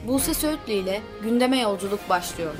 Buse Söğütlü ile gündeme yolculuk başlıyor.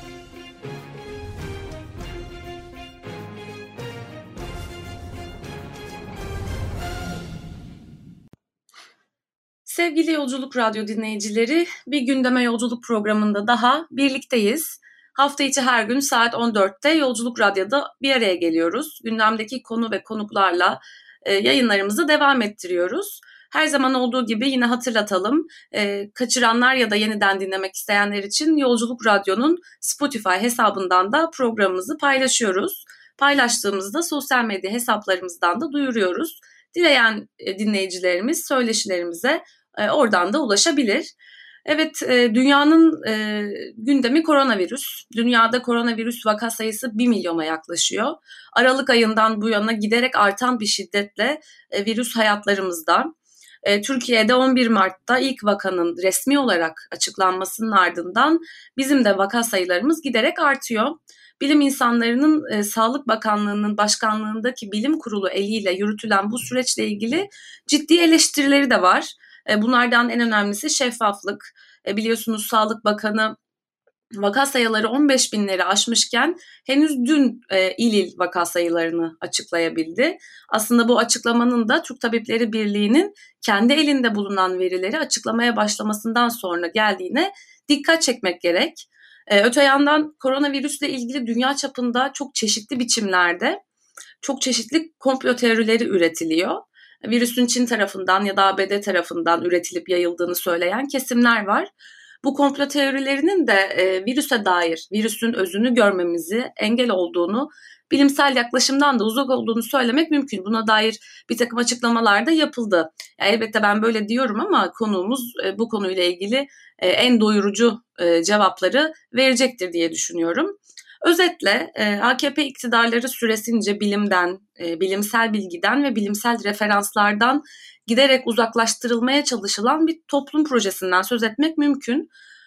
Sevgili Yolculuk Radyo dinleyicileri, bir gündeme yolculuk programında daha birlikteyiz. Hafta içi her gün saat 14'te Yolculuk Radyo'da bir araya geliyoruz. Gündemdeki konu ve konuklarla yayınlarımızı devam ettiriyoruz. Her zaman olduğu gibi yine hatırlatalım. Kaçıranlar ya da yeniden dinlemek isteyenler için Yolculuk Radyo'nun Spotify hesabından da programımızı paylaşıyoruz. Paylaştığımızda sosyal medya hesaplarımızdan da duyuruyoruz. Dileyen dinleyicilerimiz söyleşilerimize oradan da ulaşabilir. Evet, dünyanın gündemi koronavirüs. Dünyada koronavirüs vaka sayısı 1 milyona yaklaşıyor. Aralık ayından bu yana giderek artan bir şiddetle virüs hayatlarımızda. Türkiye'de 11 Mart'ta ilk vakanın resmi olarak açıklanmasının ardından bizim de vaka sayılarımız giderek artıyor. Bilim insanlarının Sağlık Bakanlığı'nın başkanlığındaki bilim kurulu eliyle yürütülen bu süreçle ilgili ciddi eleştirileri de var. Bunlardan en önemlisi şeffaflık. Biliyorsunuz Sağlık Bakanı vaka sayıları 15 binleri aşmışken henüz dün il vaka sayılarını açıklayabildi. Aslında bu açıklamanın da Türk Tabipleri Birliği'nin kendi elinde bulunan verileri açıklamaya başlamasından sonra geldiğine dikkat çekmek gerek. Öte yandan koronavirüsle ilgili dünya çapında çok çeşitli biçimlerde çok çeşitli komplo teorileri üretiliyor. Virüsün Çin tarafından ya da ABD tarafından üretilip yayıldığını söyleyen kesimler var. Bu komplo teorilerinin de virüse dair, virüsün özünü görmemizi engel olduğunu, bilimsel yaklaşımdan da uzak olduğunu söylemek mümkün. Buna dair bir takım açıklamalar da yapıldı. Elbette ben böyle diyorum ama konuğumuz bu konuyla ilgili en doyurucu cevapları verecektir diye düşünüyorum. Özetle AKP iktidarları süresince bilimden, bilimsel bilgiden ve bilimsel referanslardan giderek uzaklaştırılmaya çalışılan bir toplum projesinden söz etmek mümkün.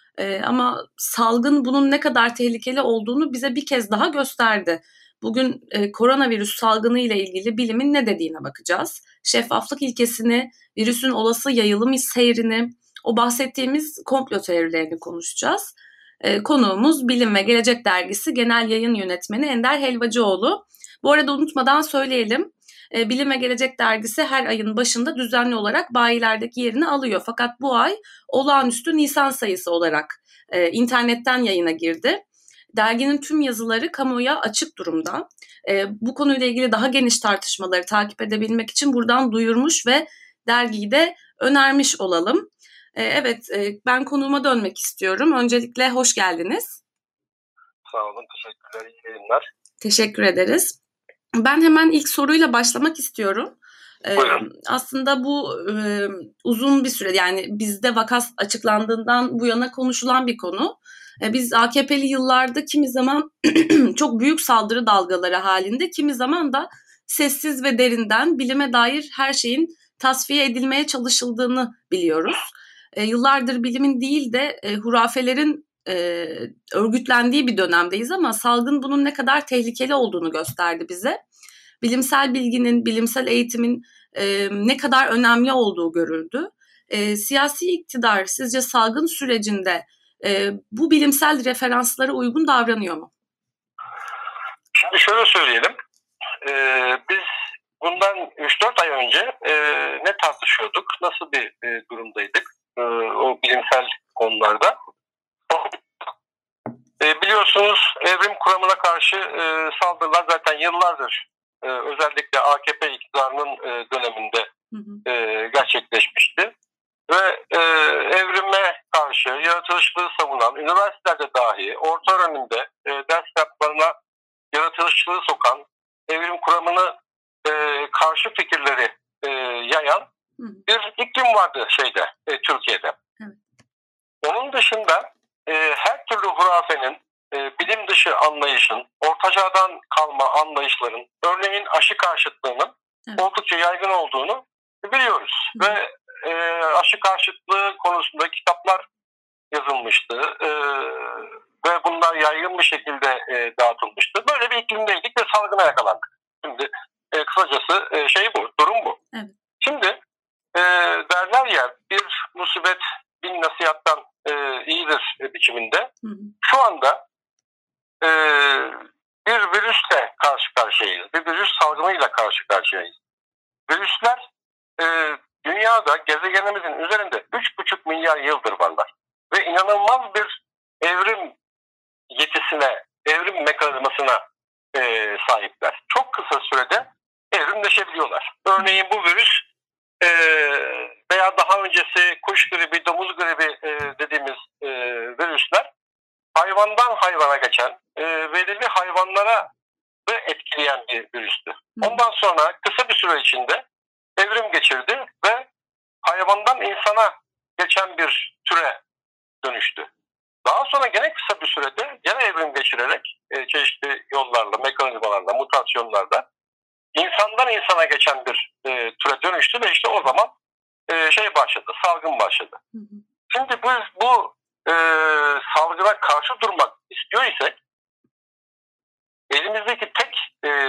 Ama salgın bunun ne kadar tehlikeli olduğunu bize bir kez daha gösterdi. Bugün koronavirüs salgını ile ilgili bilimin ne dediğine bakacağız. Şeffaflık ilkesini, virüsün olası yayılım seyrini, o bahsettiğimiz komplo teorilerini konuşacağız. Konuğumuz Bilim ve Gelecek Dergisi Genel Yayın Yönetmeni Ender Helvacıoğlu. Bu arada unutmadan söyleyelim. Bilim ve Gelecek Dergisi her ayın başında düzenli olarak bayilerdeki yerini alıyor. Fakat bu ay olağanüstü Nisan sayısı olarak internetten yayına girdi. Derginin tüm yazıları kamuoya açık durumda. Bu konuyla ilgili daha geniş tartışmaları takip edebilmek için buradan duyurmuş ve dergiyi de önermiş olalım. Evet, ben konuğuma dönmek istiyorum. Öncelikle hoş geldiniz. Sağ olun, teşekkürler, iyi yayınlar. Teşekkür ederiz. Ben hemen ilk soruyla başlamak istiyorum. Aslında bu uzun bir süre, yani bizde vaka açıklandığından bu yana konuşulan bir konu. Biz AKP'li yıllarda kimi zaman çok büyük saldırı dalgaları halinde, kimi zaman da sessiz ve derinden bilime dair her şeyin tasfiye edilmeye çalışıldığını biliyoruz. Yıllardır bilimin değil de hurafelerin örgütlendiği bir dönemdeyiz ama salgın bunun ne kadar tehlikeli olduğunu gösterdi bize. Bilimsel bilginin, bilimsel eğitimin ne kadar önemli olduğu görüldü. Siyasi iktidar sizce salgın sürecinde bu bilimsel referanslara uygun davranıyor mu? Şimdi şöyle söyleyelim. Biz bundan 3-4 ay önce ne tartışıyorduk, nasıl bir durumdaydık o bilimsel konularda. Biliyorsunuz evrim kuramına karşı saldırılar zaten yıllardır özellikle AKP iktidarının döneminde gerçekleşmişti. Ve evrime karşı yaratılışçılığı savunan, üniversitelerde dahi orta öğrenimde ders kitaplarına yaratılışçılığı sokan, evrim kuramını karşı fikirleri yayan bir iklim vardı Türkiye'de. Onun dışında her türlü hurafenin, bilim dışı anlayışın, ortaçağdan kalma anlayışların, örneğin aşı karşıtlığının oldukça yaygın olduğunu biliyoruz. Ve aşı karşıtlığı konusunda kitaplar yazılmıştı ve bunlar yaygın bir şekilde dağıtılmıştı. Böyle bir iklimdeydik ve salgına yakalandık. Şimdi kısacası durum bu. Evet. Şimdi derler ya, bir musibet bin nasihattan biçiminde şu anda bir virüsle karşı karşıyayız. Bir virüs salgınıyla karşı karşıyayız. Virüsler dünyada gezegenimizin üzerinde 3,5 milyar yıldır varlar. Ve inanılmaz bir evrim yetisine, evrim mekanizmasına sahipler. Çok kısa sürede evrimleşebiliyorlar. Örneğin bu virüs veya daha öncesi kuş gribi, domuz gribi dediğimiz virüsler hayvandan hayvana geçen, belirli hayvanlara etkileyen bir virüstü. Ondan sonra kısa bir süre içinde evrim geçirdi ve hayvandan insana geçen bir türe dönüştü. Daha sonra gene kısa bir sürede gene evrim geçirerek çeşitli yollarla, mekanizmalarla, mutasyonlarla insandan insana geçen bir türe dönüştü ve işte o zaman başladı, salgın başladı. Şimdi biz bu salgına karşı durmak istiyor isek elimizdeki tek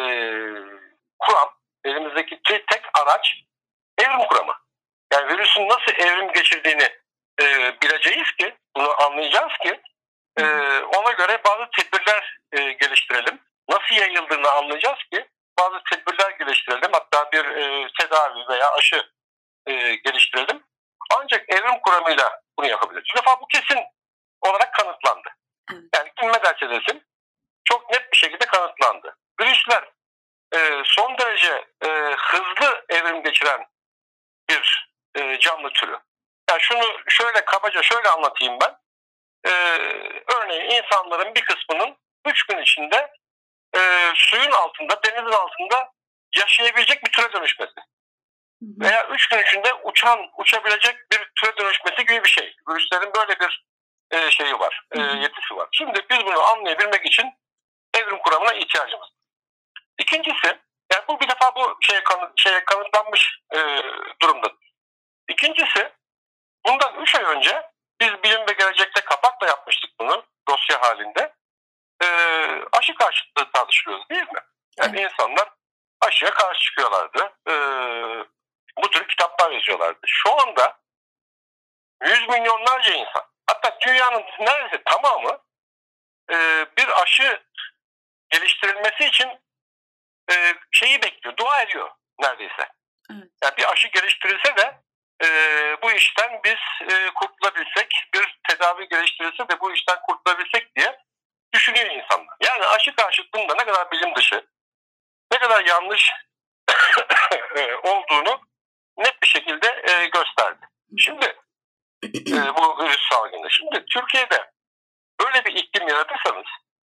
kuram, elimizdeki tek araç evrim kuramı. Yani virüsün nasıl evrim geçirdiğini bileceğiz ki, bunu anlayacağız ki ona göre bazı tedbirler geliştirelim. Nasıl yayıldığını anlayacağız ki bazı tedbirler geliştirelim. Hatta bir tedavi veya aşı geliştirelim. Ancak evrim kuramıyla bunu yapabiliriz. Bir defa bu kesin olarak kanıtlandı. Yani kim ne derse desin çok net bir şekilde kanıtlandı. Virüsler son derece hızlı evrim geçiren bir canlı türü. Yani şunu kabaca şöyle anlatayım ben. Örneğin insanların bir kısmının 3 gün içinde suyun altında, denizin altında yaşayabilecek bir türe dönüşmesi. Veya 3 gün içinde uçabilecek bir türe dönüşmesi gibi bir şey. Virüslerin böyle bir şeyi var, yetisi var. Şimdi biz bunu anlayabilmek için evrim kuramına ihtiyacımız var. İkincisi, yani bu bir defa bu kanıtlanmış durumda. İkincisi, bundan 3 ay önce biz Bilim ve Gelecek'te kapakla yapmıştık bunu dosya halinde. Aşı karşıtlığı tartışıyoruz değil mi? Yani insanlar aşıya karşı çıkıyorlardı. Bu tür kitaplar yazıyorlardı. Şu anda 100 milyonlarca insan, hatta dünyanın neredeyse tamamı bir aşı geliştirilmesi için bekliyor, dua ediyor neredeyse. Evet. Yani bir aşı geliştirilse de bu işten biz kurtulabilsek, bir tedavi geliştirilse de bu işten kurtulabilsek diye düşünüyor insanlar. Yani aşı karşıtlığında ne kadar bilim dışı, ne kadar yanlış olduğunu net bir şekilde gösterdi. Şimdi bu virüs salgını. Şimdi Türkiye'de böyle bir iklim yaratırsanız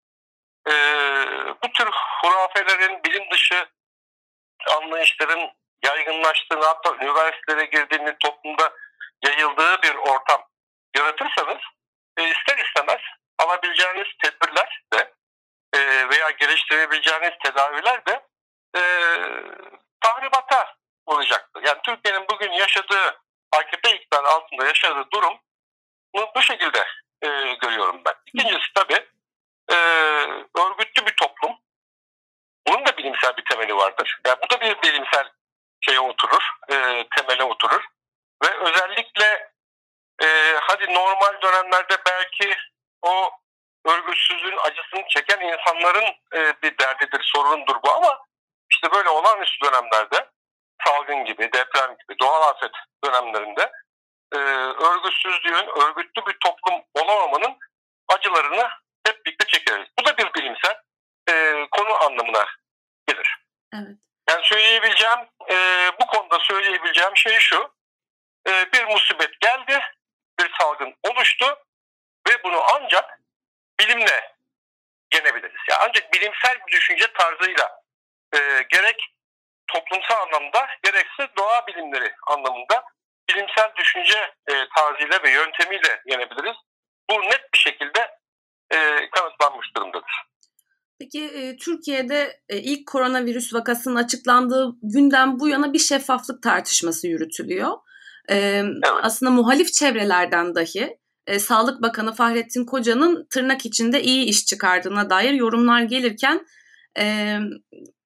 bu tür hurafelerin, bilim dışı anlayışların yaygınlaştığını, hatta üniversitelere girdiğini, toplumda yayıldığı bir ortam yaratırsanız ister istemez alabileceğiniz tedbirler de veya geliştirebileceğiniz tedaviler de tahribata olacaktır. Yani Türkiye'nin bugün yaşadığı, AKP iktidarı altında yaşadığı durum bu şekilde görüyorum ben. İkincisi tabii örgütlü bir toplum. Bunun da bilimsel bir temeli vardır. Yani bu da bir bilimsel temele oturur. Ve özellikle hadi normal dönemlerde belki o örgütsüzlüğün acısını çeken insanların bir derdidir, sorundur bu, ama işte böyle olağanüstü dönemlerde, salgın gibi, deprem gibi, doğal afet dönemlerinde örgütsüzlüğün, örgütlü bir toplum olamamanın acılarını hep birlikte çekeriz. Bu da bir bilimsel konu anlamına gelir. Evet. Yani bu konuda söyleyebileceğim şey şu: bir musibet geldi, bir salgın oluştu ve bunu ancak bilimle yenebiliriz. Yani ancak bilimsel bir düşünce tarzıyla gerek toplumsal anlamda gerekse doğa bilimleri anlamında bilimsel düşünce tarzıyla ve yöntemiyle yenebiliriz. Bu net bir şekilde kanıtlanmış durumdadır. Peki Türkiye'de ilk koronavirüs vakasının açıklandığı günden bu yana bir şeffaflık tartışması yürütülüyor. Evet. Aslında muhalif çevrelerden dahi Sağlık Bakanı Fahrettin Koca'nın tırnak içinde iyi iş çıkardığına dair yorumlar gelirken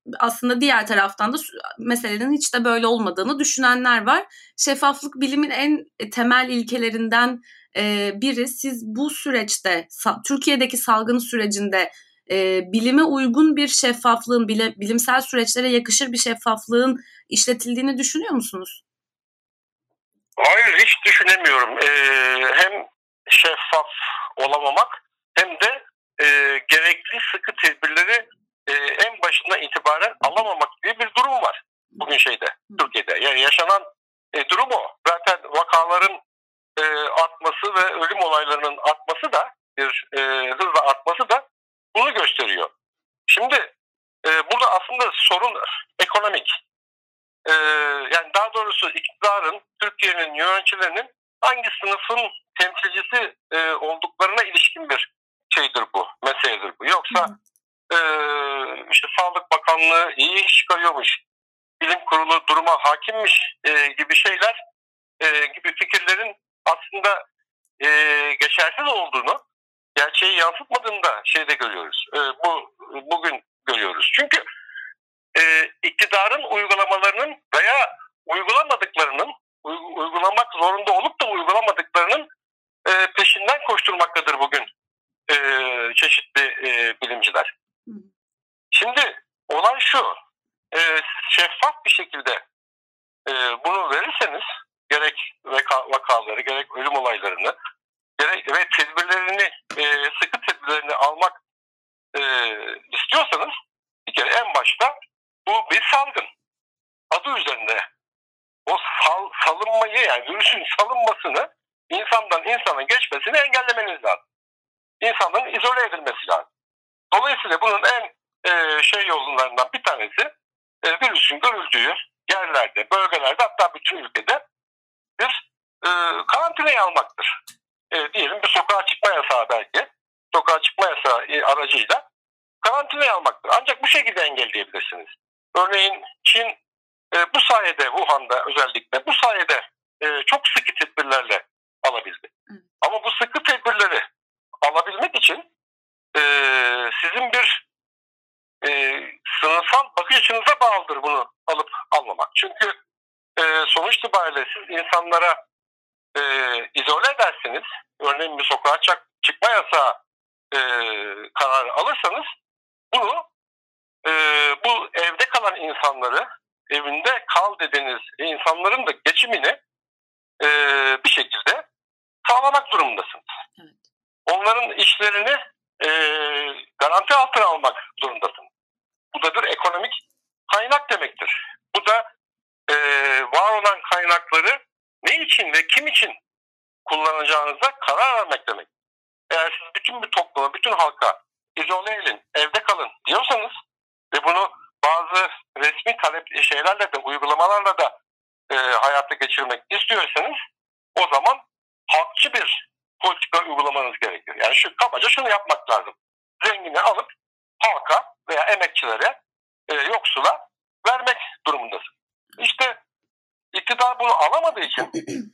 aslında diğer taraftan da meselenin hiç de böyle olmadığını düşünenler var. Şeffaflık bilimin en temel ilkelerinden biri. Siz bu süreçte, Türkiye'deki salgın sürecinde bilime uygun bir şeffaflığın, bilimsel süreçlere yakışır bir şeffaflığın işletildiğini düşünüyor musunuz? Hayır, hiç düşünemiyorum. Hem şeffaf olamamak hem de gerekli sıkı tedbirleri en başından itibaren alamamak gibi bir durum var bugün Türkiye'de. Yani yaşanan durum o. Zaten vakaların artması ve ölüm olaylarının artması da hızla artması da bunu gösteriyor. Şimdi burada aslında sorun ekonomik. Yani daha doğrusu iktidarın, Türkiye'nin yöneticilerinin hangi sınıfın temsilcisi olduklarına ilişkin bir meseledir bu. Yoksa işte Sağlık Bakanlığı iyi iş çıkarıyormuş, bilim kurulu duruma hakimmiş gibi şeyler, gibi fikirlerin aslında geçersiz olduğunu, gerçeği yansıtmadığını da görüyoruz. Bugün görüyoruz. Çünkü iktidarın uygulamalarının veya uygulamadıklarının, uygulamak zorunda olup da uygulamadıklarının peşinden koşturmaktadır bugün çeşitli bilimciler. Şimdi olay şu, siz şeffaf bir şekilde bunu verirseniz, gerek vakaları, gerek ölüm olaylarını, ve tedbirlerini, sıkı tedbirlerini almak istiyorsanız, bir kere en başta bu bir salgın. Adı üzerinde o salınmayı, yani virüsün salınmasını, insandan insana geçmesini engellemeniz lazım. İnsanların izole edilmesi lazım. Dolayısıyla bunun en yollarından bir tanesi virüsün görüldüğü yerlerde, bölgelerde, hatta bütün ülkede bir karantinaya almaktır. Diyelim bir sokağa çıkma yasağı belki. Sokağa çıkma yasağı aracıyla karantinaya almaktır. Ancak bu şekilde engelleyebilirsiniz. Örneğin Çin bu sayede, Wuhan'da özellikle bu sayede çok sıkı tedbirlerle alabildi. Ama bu sıkı tedbirleri alabilmek için sizin bir sınıfsal bakış açınıza bağlıdır bunu alıp almamak. Çünkü sonuç itibariyle siz insanlara izole ederseniz, örneğin bir sokağa çıkma yasağı kararı alırsanız, bunu bu evde kalan insanları, evinde kal dediğiniz insanların da geçimini bir şekilde sağlamak durumundasınız. Evet. Onların işlerini garanti altına almak zorundasınız. Bu da bir ekonomik kaynak demektir. Bu da var olan kaynakları ne için ve kim için kullanacağınıza karar vermek demek. Eğer siz bütün bir topluma, bütün halka izole edin, evde kalın diyorsanız ve bunu bazı resmi şeylerle de, uygulamalarla da hayata geçirmek istiyorsanız, o zaman halkçı bir politika uygulamanız gerekiyor. Yani kabaca şunu yapmak lazım. Zengini alıp halka veya emekçilere, yoksula vermek durumundasın. İşte iktidar bunu alamadığı için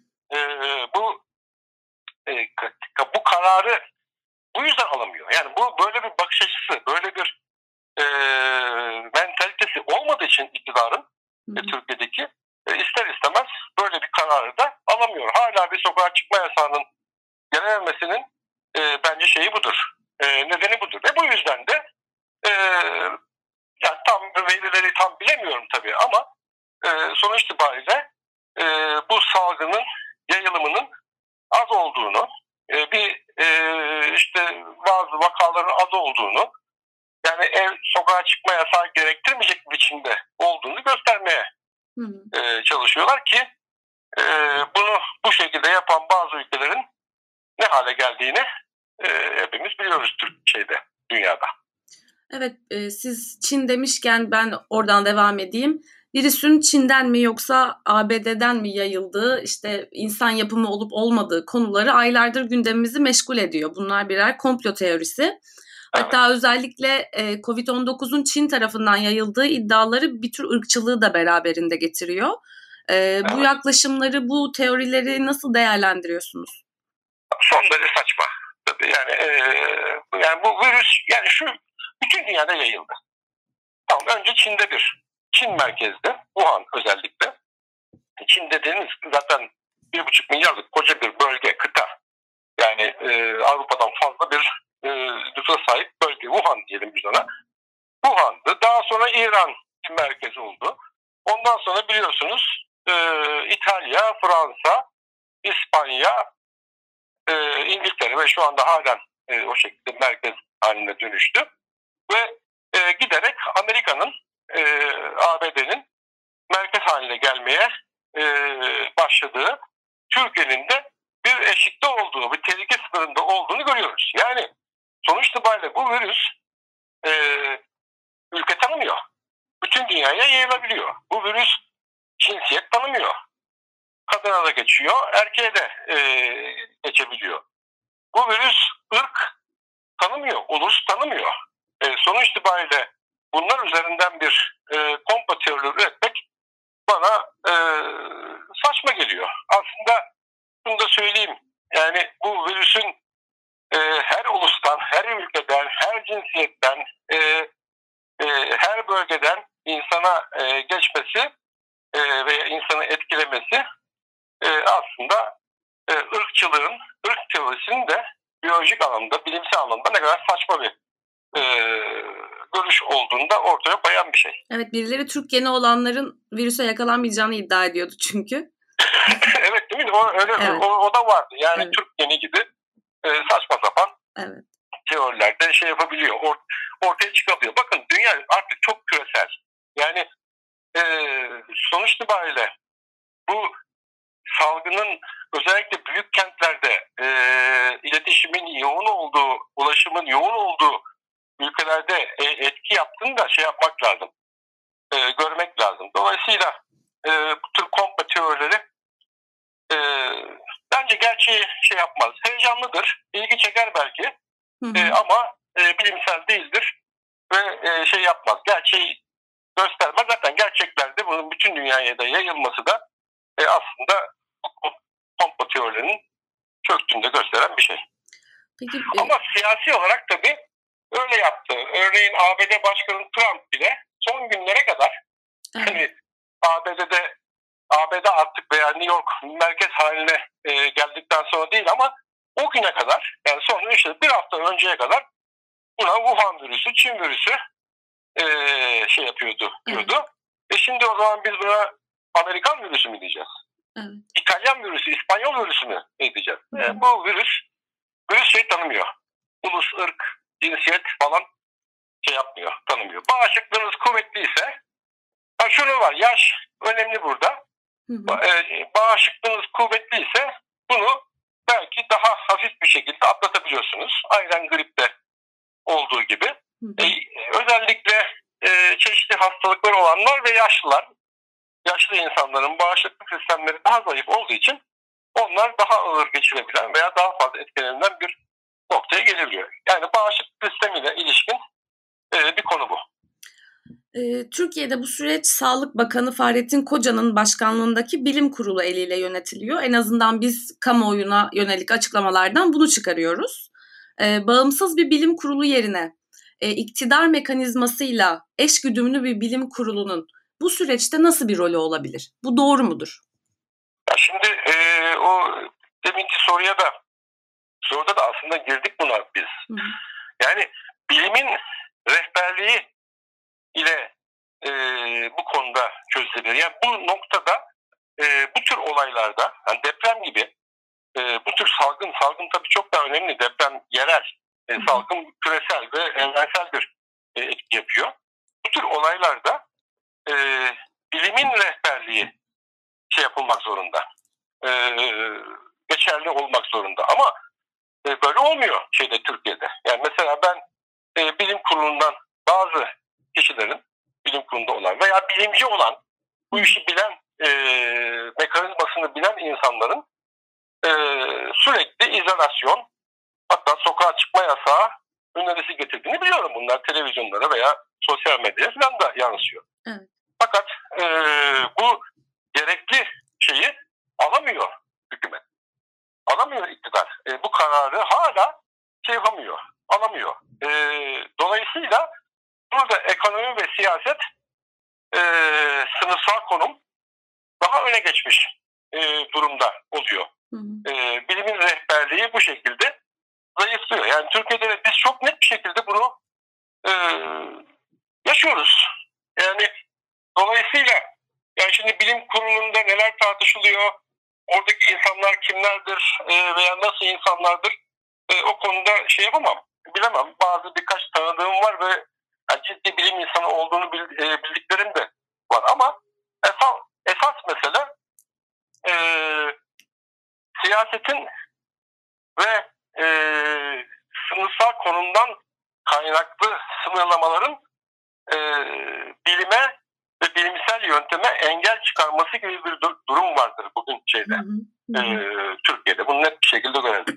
bu kararı bu yüzden alamıyor. Yani bu böyle bir bakış açısı, böyle bir mentalitesi olmadığı için iktidarın Türkiye'deki ister istemez böyle bir kararı da alamıyor. Hala bir sokağa çıkma yasağının gelememesinin bence budur. Nedeni budur. Ve bu yüzden de yani verileri tam bilemiyorum tabii ama sonuç itibariyle bu salgının yayılımının az olduğunu, bazı vakaların az olduğunu, yani sokağa çıkma yasağı gerektirmeyecek biçimde olduğunu göstermeye çalışıyorlar ki bunu bu şekilde yapan bazı ülkelerin ne hale geldiğini hepimiz biliyoruz dünyada. Evet, siz Çin demişken ben oradan devam edeyim. Virüsün Çin'den mi yoksa ABD'den mi yayıldığı, işte insan yapımı olup olmadığı konuları aylardır gündemimizi meşgul ediyor. Bunlar birer komplo teorisi. Evet. Hatta özellikle Covid-19'un Çin tarafından yayıldığı iddiaları bir tür ırkçılığı da beraberinde getiriyor. Evet. Bu yaklaşımları, bu teorileri nasıl değerlendiriyorsunuz? Son derece saçma. Tabii yani bu virüs bütün dünyada yayıldı. Tamam, önce Çin merkezli, Wuhan özellikle. Çin dediğiniz zaten 1,5 milyarlık koca bir bölge, kıta. Yani Avrupa'dan fazla bir nüfusa sahip bölge. Wuhan diyelim biz ona. Wuhan'dı. Daha sonra İran merkezi oldu. Ondan sonra biliyorsunuz İtalya, Fransa, İspanya, İngiltere ve şu anda halen o şekilde merkez haline dönüştü. Ve giderek Amerika'nın, ABD'nin merkez haline gelmeye başladığı, Türkiye'nin de bir eşikte olduğu, bir tehlike sınırında olduğunu görüyoruz. Yani sonuç itibariyle bu virüs ülke tanımıyor. Bütün dünyaya yayılabiliyor. Bu virüs cinsiyet tanımıyor. Kadına da geçiyor, erkeğe de geçebiliyor. Bu virüs ırk tanımıyor, ulus tanımıyor. Sonuç itibariyle bunlar üzerinden bir komplo teorileri üretmek bana saçma geliyor. Aslında bunu da söyleyeyim. Yani bu virüsün her ulustan, her ülkeden, her cinsiyetten, her bölgeden insana geçmesi veya insanı etkilemesi aslında ırkçılığın, ırk teorisinin de biyolojik anlamda, bilimsel anlamda ne kadar saçma bir görüş olduğunu da ortaya koyan bir şey. Evet, birileri Türk geni olanların virüse yakalanmayacağını iddia ediyordu çünkü. Evet, değil mi? O da vardı. Yani evet. Türk geni gibi saçma sapan teorilerde şey yapabiliyor. Ortaya çıkabiliyor. Bakın dünya artık çok küresel. Yani sonuç itibariyle bu salgının özellikle büyük kentlerde iletişimin yoğun olduğu, ulaşımın yoğun olduğu ülkelerde etki yaptığını da şey yapmak lazım. Görmek lazım. Dolayısıyla bu tür komplo teorileri bence gerçeği şey yapmaz. Heyecanlıdır, ilgi çeker belki ama bilimsel değildir ve şey yapmaz. Gerçeği göstermez. Zaten gerçeklerde bunun bütün dünyaya da yayılması da aslında komplo teorilerinin çöktüğünde gösteren bir şey. Peki, ama siyasi olarak tabii öyle yaptı. Örneğin ABD Başkanı Trump bile son günlere kadar hani ABD artık veya New York merkez haline geldikten sonra değil ama o güne kadar, yani son işte bir hafta önceye kadar buna Wuhan virüsü, Çin virüsü şey yapıyordu diyordu. Şimdi o zaman biz buna Amerikan virüsü mü diyeceğiz? Evet. İtalyan virüsü, İspanyol virüsü mü diyeceğiz? Bu virüs şey tanımıyor. Ulus, ırk, cinsiyet falan şey yapmıyor, tanımıyor. Bağışıklığınız kuvvetliyse, şunu var, yaş önemli burada. Bağışıklığınız kuvvetliyse bunu belki daha hafif bir şekilde atlatabiliyorsunuz. Aynen gripte olduğu gibi. Özellikle çeşitli hastalıkları olanlar ve yaşlılar, yaşlı insanların bağışıklık sistemleri daha zayıf olduğu için onlar daha ağır geçirebilen veya daha fazla etkilenen bir noktaya gelebiliyor. Yani bağışıklık sistemiyle ilişkin bir konu bu. Türkiye'de bu süreç Sağlık Bakanı Fahrettin Koca'nın başkanlığındaki bilim kurulu eliyle yönetiliyor. En azından biz kamuoyuna yönelik açıklamalardan bunu çıkarıyoruz. Bağımsız bir bilim kurulu yerine iktidar mekanizmasıyla eşgüdümlü bir bilim kurulunun bu süreçte nasıl bir rolü olabilir? Bu doğru mudur? Ya şimdi o deminki soruda da aslında girdik buna biz. Yani bilimin rehberliği ile bu konuda çözülebilir. Yani bu noktada bu tür olaylarda, yani deprem gibi bu tür salgın tabii çok daha önemli. Deprem yerel, salgın küresel ve evrensel bir etki yapıyor. Bu tür olaylarda bilimin rehberliği şey yapılmak zorunda. Geçerli olmak zorunda. Ama böyle olmuyor Türkiye'de. Yani mesela ben bilim kurulundan bazı kişilerin, bilim kurulunda olan veya bilimci olan, bu işi bilen, mekanizmasını bilen insanların sürekli izolasyon, hatta sokağa çıkma yasağı önerisi getirdiğini biliyorum. Bunlar televizyonlara veya sosyal medyaya falan da yansıyor. Evet. Fakat bu gerekli şeyi alamıyor hükümet. Alamıyor iktidar. Bu kararı hala şey yapamıyor, alamıyor. Dolayısıyla burada ekonomi ve siyaset sınıfsal konum daha öne geçmiş durumda oluyor. Bilimin rehberliği bu şekilde zayıflıyor. Yani Türkiye'de biz çok net bir şekilde bunu yaşıyoruz. Yani dolayısıyla yani şimdi bilim kurulunda neler tartışılıyor, oradaki insanlar kimlerdir veya nasıl insanlardır o konuda şey yapamam, bilemem. Birkaç tanıdığım var ve yani ciddi bilim insanı olduğunu bildiklerim de var ama esas mesele siyasetin ve sınıfsal konumdan kaynaklı sınırlamaların bilime ve bilimsel yönteme engel çıkarması gibi bir durum vardır bugün Türkiye'de. Bunu net bir şekilde görelim.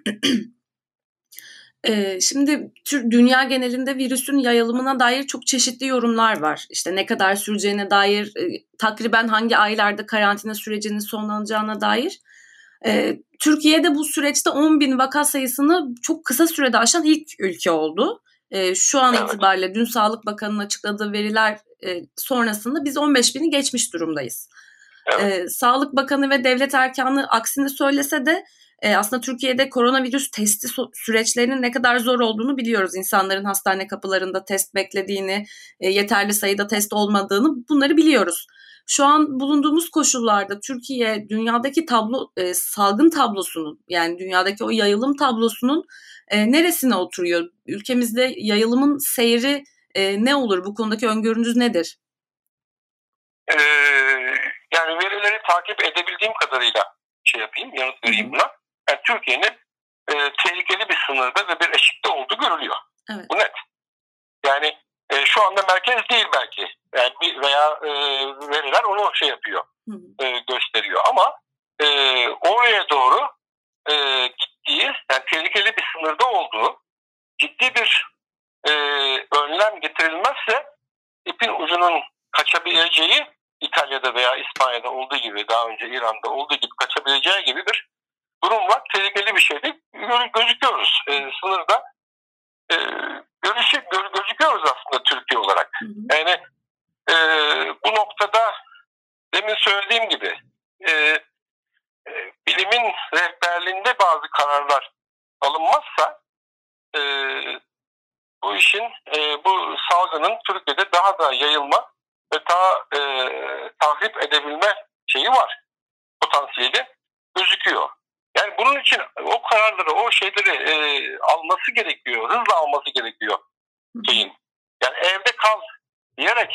Şimdi dünya genelinde virüsün yayılımına dair çok çeşitli yorumlar var. İşte ne kadar süreceğine dair, takriben hangi aylarda karantina sürecinin sonlanacağına dair. Türkiye'de bu süreçte 10.000 vaka sayısını çok kısa sürede aşan ilk ülke oldu. Şu an itibariyle dün Sağlık Bakanı'nın açıkladığı veriler sonrasında biz 15.000'i geçmiş durumdayız. Evet. Sağlık Bakanı ve devlet erkanı aksini söylese de aslında Türkiye'de koronavirüs testi süreçlerinin ne kadar zor olduğunu biliyoruz. İnsanların hastane kapılarında test beklediğini, yeterli sayıda test olmadığını, bunları biliyoruz. Şu an bulunduğumuz koşullarda Türkiye dünyadaki salgın tablosunun, yani dünyadaki o yayılım tablosunun neresine oturuyor? Ülkemizde yayılımın seyri ne olur? Bu konudaki öngörünüz nedir? Yani verileri takip edebildiğim kadarıyla yanıt vereyim buna. Yani Türkiye'nin tehlikeli bir sınırda ve bir eşikte olduğu görülüyor. Evet. Bu net. Yani şu anda merkez değil belki. Yani veya veriler onu gösteriyor. Ama oraya doğru gittiği, yani tehlikeli bir sınırda olduğu, ciddi bir önlem getirilmezse ipin ucunun kaçabileceği, İtalya'da veya İspanya'da olduğu gibi, daha önce İran'da olduğu gibi kaçabileceği gibi bir durum var. Tehlikeli bir şey değil. Gözüküyoruz. Sınırda gözüküyoruz aslında Türkiye olarak. Yani bu noktada demin söylediğim gibi bilimin rehberliğinde bazı kararlar alınmazsa bu salgının Türkiye'de daha da yayılma ve daha tahrip edebilme şeyi potansiyeli gözüküyor. Yani bunun için o kararları, o şeyleri alması gerekiyor, hızla alması gerekiyor şeyin. Yani evde kal diyerek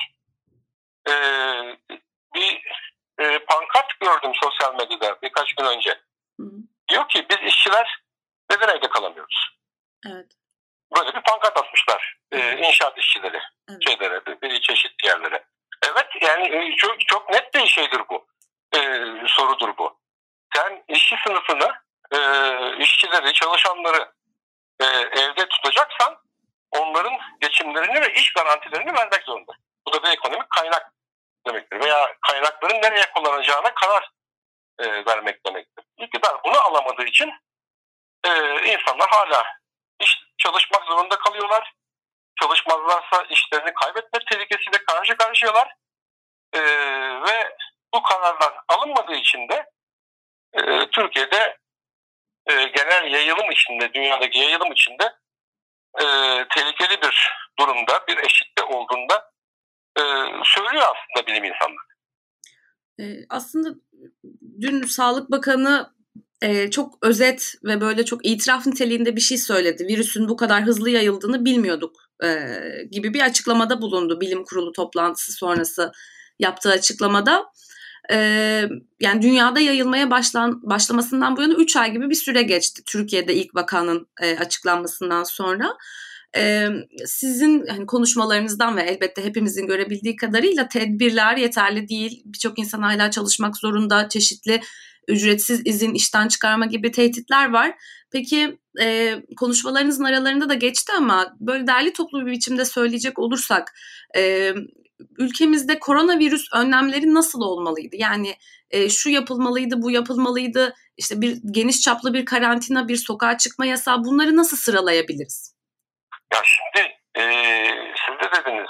bir pankart gördüm sosyal medyada birkaç gün önce. Diyor ki biz işçiler neden evde kalamıyoruz? Evet. Böyle bir pankart asmışlar inşaat işçileri, çeşitli yerlere. Evet, yani çok net bir şeydir bu, sorudur bu. Sen işçi sınıfını, işçileri, çalışanları evde tutacaksan onların geçimlerini ve iş garantilerini vermek zorunda. Bu da bir ekonomik kaynak demektir. Veya kaynakların nereye kullanacağına karar vermek demektir. İktidar bunu alamadığı için insanlar hala çalışmak zorunda kalıyorlar. Çalışmazlarsa işlerini kaybetme tehlikesiyle karşı karşıyalar. Ve bu kararlar alınmadığı için de Türkiye'de genel yayılım içinde, dünyadaki yayılım içinde tehlikeli bir durumda, bir eşikte olduğunda söylüyor aslında bilim insanları. Aslında dün Sağlık Bakanı çok özet ve böyle çok itiraf niteliğinde bir şey söyledi. Virüsün bu kadar hızlı yayıldığını bilmiyorduk gibi bir açıklamada bulundu. Bilim Kurulu toplantısı sonrası yaptığı açıklamada. Yani dünyada yayılmaya başlamasından bu yana 3 ay gibi bir süre geçti. Türkiye'de ilk vakanın açıklanmasından sonra. Sizin konuşmalarınızdan ve elbette hepimizin görebildiği kadarıyla tedbirler yeterli değil. Birçok insan hala çalışmak zorunda. Çeşitli ücretsiz izin, işten çıkarma gibi tehditler var. Peki konuşmalarınızın aralarında da geçti ama böyle derli toplu bir biçimde söyleyecek olursak ülkemizde koronavirüs önlemleri nasıl olmalıydı? Yani şu yapılmalıydı, bu yapılmalıydı. İşte bir geniş çaplı bir karantina, bir sokağa çıkma yasağı, bunları nasıl sıralayabiliriz? Ya şimdi siz de dediniz.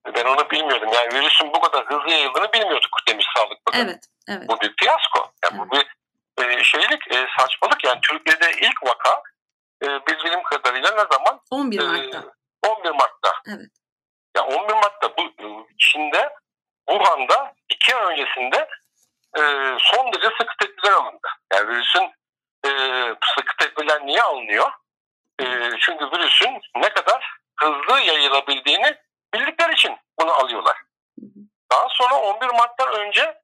Ben onu bilmiyordum. Yani virüsün bu kadar hızlı yayıldığını bilmiyorduk demiş Sağlık Bakanı. Evet, evet. Bu bir fiyasko. Yani bu bir saçmalık. Yani Türkiye'de ilk vaka bildiğim kadarıyla ne zaman? 11 Mart'ta. 11 Mart'ta. Evet. Ya 11 Mart'ta bu Çin'de, Wuhan'da 2 ay öncesinde son derece sıkı tedbirler alındı. Yani virüsün sıkı tedbirler niye alınıyor? Çünkü virüsün ne kadar hızlı yayılabildiğini bildikleri için bunu alıyorlar. Daha sonra 11 Mart'tan önce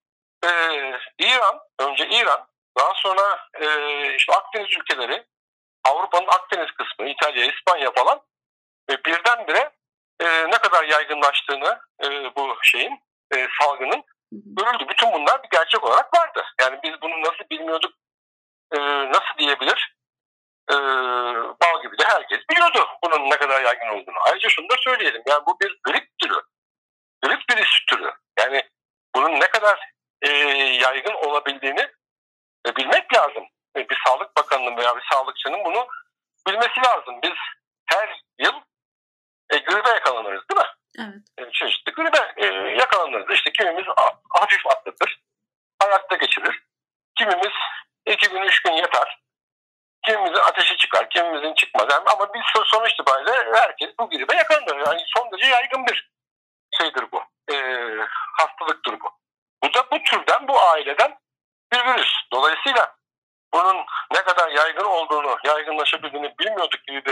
İran, daha sonra işte Akdeniz ülkeleri, Avrupa'nın Akdeniz kısmı, İtalya, İspanya falan birdenbire ne kadar yaygınlaştığını bu salgının görüldü. Bütün bunlar bir gerçek olarak vardı. Yani biz bunu nasıl bilmiyorduk, nasıl diyebilir? Bal gibi de herkes biliyordu bunun ne kadar yaygın olduğunu. Ayrıca şunu da söyleyelim. Yani bu bir grip türü. Grip virüs türü. Yani bunun ne kadar yaygın olabildiğini bilmek lazım. Bir Sağlık Bakanı'nın veya bir sağlıkçının bunu bilmesi lazım. Biz her yıl gribe yakalanırız değil mi? Evet. Çeşitli gribe yakalanırız. İşte kimimiz hafif atlatır, ayakta geçirir. Kimimiz 2 gün 3 gün yatar. Kimimizin ateşi çıkar, kimimizin çıkmaz. Yani ama bir sonuç itibariyle herkes bu gribe yakalanır. Yani son derece yaygın bir şeydir bu. Hastalıktır bu. Bu da bu türden, bu aileden bir virüs. Dolayısıyla bunun ne kadar yaygın olduğunu, yaygınlaşabildiğini bilmiyorduk gibi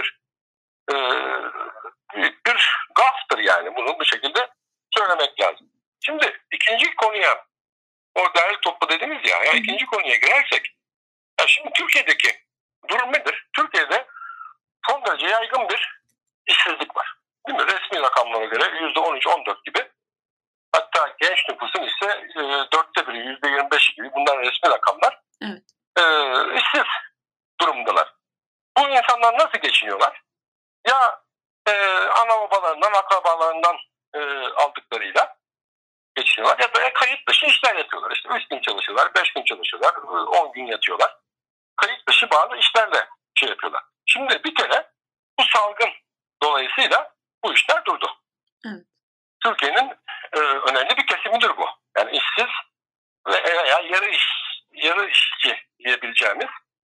büyük bir gaftır yani. Bunu bu şekilde söylemek lazım. Şimdi ikinci konuya, o derli toplu dediniz ya, ikinci konuya girersek, ya şimdi Türkiye'deki durum nedir? Türkiye'de son derece yaygın bir işsizlik var. Değil mi? Resmi rakamlara göre %13-14 gibi. Hatta genç nüfusun ise 1/4, %25 gibi. Bunlar resmi rakamlar. Evet. İşsiz durumdalar. Bu insanlar nasıl geçiniyorlar? Ya ana babalarından, akrabalarından aldıklarıyla geçiniyorlar ya da kayıt dışı işler yapıyorlar. İşte 3 gün çalışıyorlar, 5 gün çalışıyorlar, 10 gün yatıyorlar. Kayıt dışı bazı işlerle yapıyorlar. Şimdi bir kere bu salgın dolayısıyla bu işler durdu. Evet. Türkiye'nin önemli bir kesimidir bu. Yani işsiz veya yarı işçi diyebileceğimiz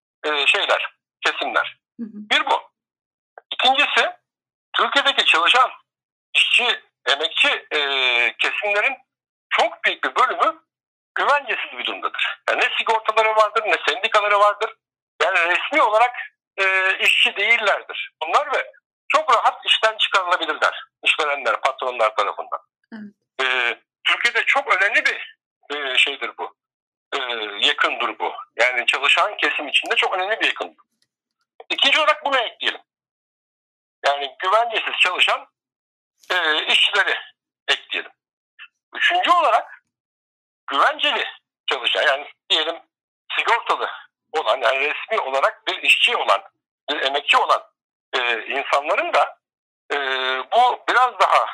kesimler. Bir bu. İkincisi, Türkiye'deki çalışan işçi, emekçi kesimlerin çok büyük bir bölümü güvencesiz bir durumdadır. Yani ne sigortaları vardır, ne sendikaları vardır. Yani resmi olarak işçi değillerdir bunlar ve çok rahat işten çıkarılabilirler işverenler, patronlar tarafından. Türkiye'de çok önemli bir şeydir bu. Yakındır bu. Yani çalışan kesim içinde çok önemli bir yakındır. İkinci olarak bunu ekleyelim. Yani güvencesiz çalışan işçileri ekleyelim. Üçüncü olarak güvenceli çalışan, yani diyelim sigortalı olan, yani resmi olarak bir işçi olan, bir emekçi olan insanların da bu biraz daha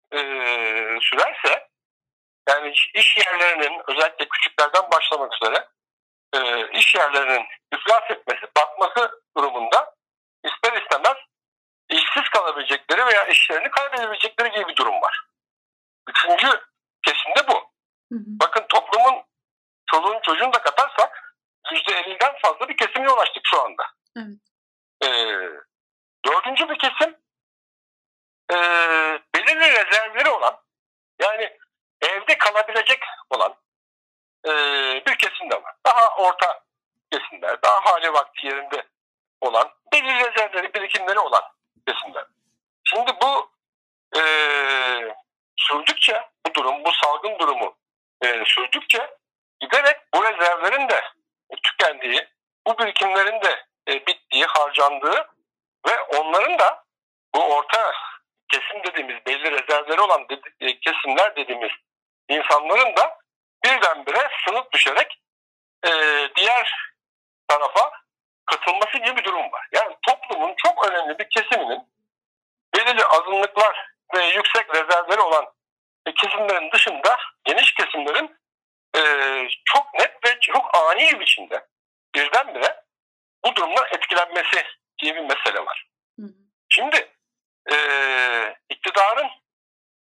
sürerse, yani iş yerlerinin, özellikle küçüklerden başlamak üzere iş yerlerinin iflas etmesi, batması durumunda ister istemez işsiz kalabilecekleri veya işlerini kaybedebilecekleri gibi bir durum var. Üçüncü kesimde bu. Bakın toplumun çoluğun çocuğunu da katarsak %50'den fazla bir kesimine ulaştık şu anda. Dördüncü bir kesim belirli rezervleri olan, yani evde kalabilecek olan bir kesim de var. Daha orta kesimler, daha hali vakti yerinde olan, belirli rezervleri, birikimleri olan kesimler. Şimdi bu sürdükçe, bu salgın durumu sürdükçe giderek bu rezervlerin de tükendiği, bu birikimlerin de bittiği, harcandığı ve onların da bu orta kesim dediğimiz, belli rezervleri olan kesimler dediğimiz insanların da birdenbire sınıf düşerek diğer tarafa katılması gibi bir durum var. Yani toplumun çok önemli bir kesiminin belirli azınlıklar ve yüksek rezervleri olan kesimlerin dışında geniş kesimlerin çok net ve çok ani bir biçimde birdenbire bu durumdan etkilenmesi diye bir mesele var. Şimdi iktidarın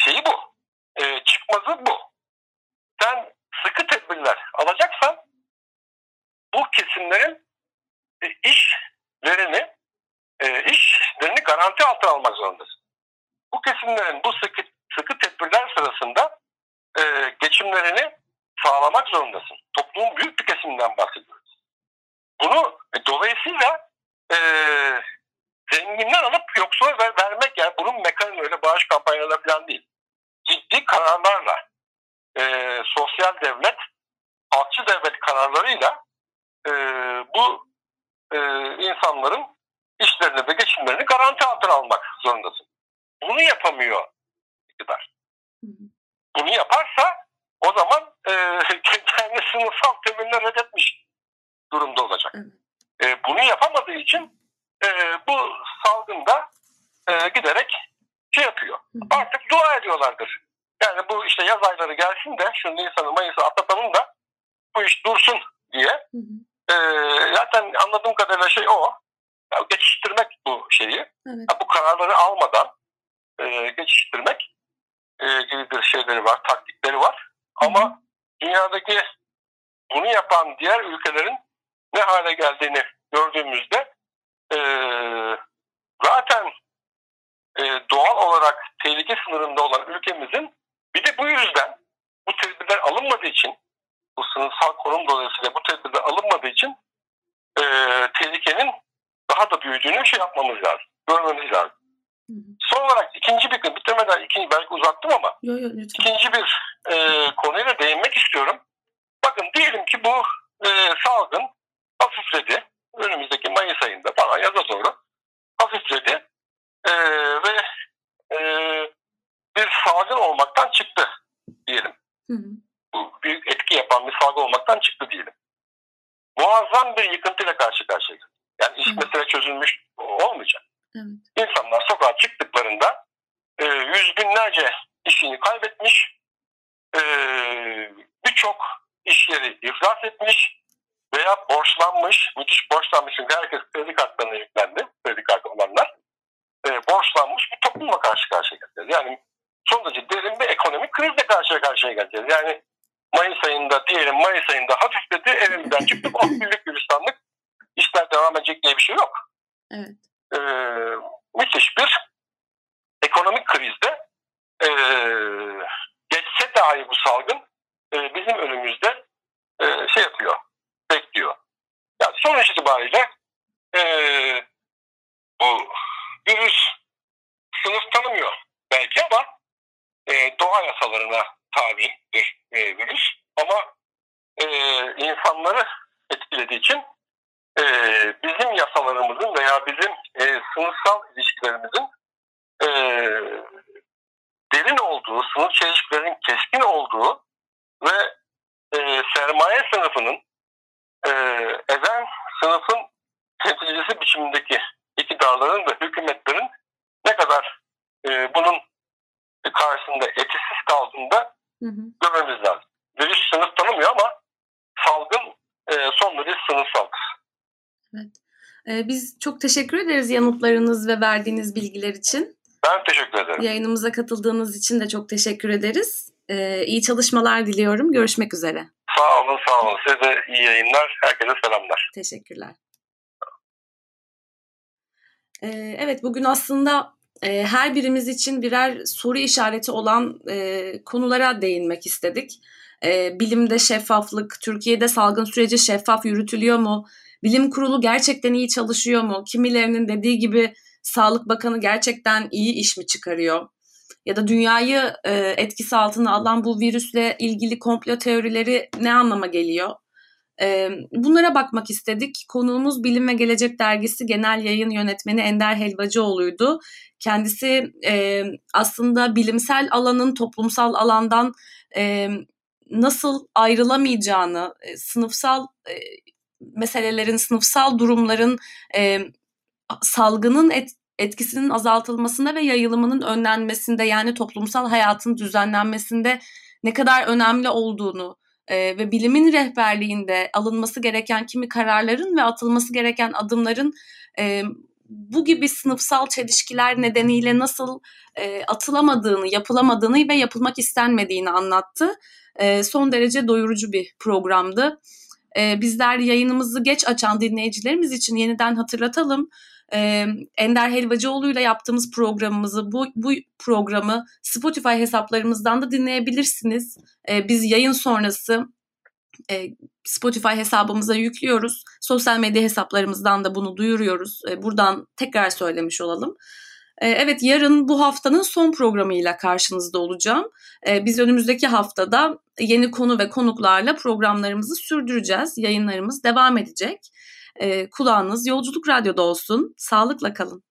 şeyi bu. Çıkmazı bu. Sen sıkı tedbirler alacaksan bu kesimlerin işlerini garanti altına almak zorundasın. Bu kesimlerin bu sıkı tedbirler sırasında geçimlerini sağlamak zorundasın. Toplumun büyük bir kesiminden bahsediyoruz. Bunu dolayısıyla zenginden alıp yoksula vermek, yani bunun mekanizması öyle bağış kampanyaları falan değil. Ciddi kararlarla sosyal devlet, halkçı devlet kararlarıyla bu insanların işlerini ve geçimlerini garanti altına almak zorundasın. Bunu yapamıyor iktidar. Bunu yaparsa o zaman kendi sınıfsal temeline reddetmiş durumda olacak. Bunu yapamadığı için bu salgında giderek şey yapıyor. Artık dua ediyorlardır. Yani bu işte yaz ayları gelsin de şu Nisan'ı Mayıs'ı atlatalım da bu iş dursun diye. Zaten anladığım kadarıyla şey o. Yani geçiştirmek bu şeyi. Evet. Yani bu kararları almadan geçiştirmek gibi bir şeyleri var, taktikleri var. Ama dünyadaki bunu yapan diğer ülkelerin ne hale geldiğini gördüğümüzde zaten doğal olarak tehlike sınırında olan ülkemizin bir de bu yüzden bu tedbirler alınmadığı için, bu sınıfsal konum dolayısıyla bu tedbirler alınmadığı için tehlikenin daha da büyüdüğünü yapmamız lazım, görmemiz lazım. Son olarak bitirmeden belki uzattım ama ikinci bir konuyla değinmek istiyorum. Bakın diyelim ki bu salgın hafifledi. Önümüzdeki Mayıs ayında falan yaza doğru hafifledi. Ve bir salgın olmaktan çıktı diyelim. Bu büyük etki yapan bir salgın olmaktan çıktı diyelim. Muazzam bir yıkıntıyla karşı karşıya. Yani iş mesele çözülmüş olmayacak. İnsanlar sokağa çıktıklarında yüz binlerce işini kaybetmiş, birçok iş yeri iflas etmiş veya borçlanmış, müthiş borçlanmış, çünkü herkes kredi kartlarına yüklendi, kredi kartı olanlar, borçlanmış bir toplumla karşı karşıya geleceğiz. Yani son derece derin bir ekonomik krizle karşı karşıya geleceğiz. Yani Mayıs ayında hafifledi, evimizden çıktık, güllük gülistanlık işler devam edecek diye bir şey yok. Evet. Müthiş bir ekonomik krizde geçse dahi bu salgın bizim önümüzde şey yapıyor, bekliyor. Yani sonuç itibariyle bu virüs sınıf tanımıyor belki ama doğa yasalarına tabi bir virüs. Ama insanları etkilediği için bizim yasalarımızın veya bizim sınıfsal ilişkilerimizin derin olduğu, sınıf çelişkilerin keskin olduğu ve sermaye sınıfının ezen sınıfın temsilcisi biçimindeki iktidarların ve hükümetlerin ne kadar bunun karşısında etkisiz kaldığında görmemiz lazım. Virüs sınıf tanımıyor ama salgın son derece sınıfsaldır. Evet. Biz çok teşekkür ederiz yanıtlarınız ve verdiğiniz bilgiler için. Ben teşekkür ederim. Yayınımıza katıldığınız için de çok teşekkür ederiz. İyi çalışmalar diliyorum. Görüşmek üzere. Sağ olun. Size de iyi yayınlar. Herkese selamlar. Teşekkürler. Evet, bugün aslında her birimiz için birer soru işareti olan konulara değinmek istedik. Bilimde şeffaflık, Türkiye'de salgın süreci şeffaf yürütülüyor mu? Bilim kurulu gerçekten iyi çalışıyor mu? Kimilerinin dediği gibi Sağlık Bakanı gerçekten iyi iş mi çıkarıyor? Ya da dünyayı etkisi altına alan bu virüsle ilgili komplo teorileri ne anlama geliyor? Bunlara bakmak istedik. Konuğumuz Bilim ve Gelecek Dergisi Genel Yayın Yönetmeni Ender Helvacıoğlu'ydu. Kendisi aslında bilimsel alanın toplumsal alandan nasıl ayrılamayacağını, sınıfsal meselelerin, sınıfsal durumların salgının etkisinin azaltılmasında ve yayılımının önlenmesinde, yani toplumsal hayatın düzenlenmesinde ne kadar önemli olduğunu ve bilimin rehberliğinde alınması gereken kimi kararların ve atılması gereken adımların bu gibi sınıfsal çelişkiler nedeniyle nasıl atılamadığını, yapılamadığını ve yapılmak istenmediğini anlattı. Son derece doyurucu bir programdı. Bizler yayınımızı geç açan dinleyicilerimiz için yeniden hatırlatalım. Ender Helvacıoğlu ile yaptığımız programımızı, bu programı Spotify hesaplarımızdan da dinleyebilirsiniz. Biz yayın sonrası Spotify hesabımıza yüklüyoruz. Sosyal medya hesaplarımızdan da bunu duyuruyoruz. Buradan tekrar söylemiş olalım. Evet, yarın bu haftanın son programıyla karşınızda olacağım. Biz önümüzdeki haftada yeni konu ve konuklarla programlarımızı sürdüreceğiz. Yayınlarımız devam edecek. Kulağınız Yolculuk Radyo'da olsun. Sağlıkla kalın.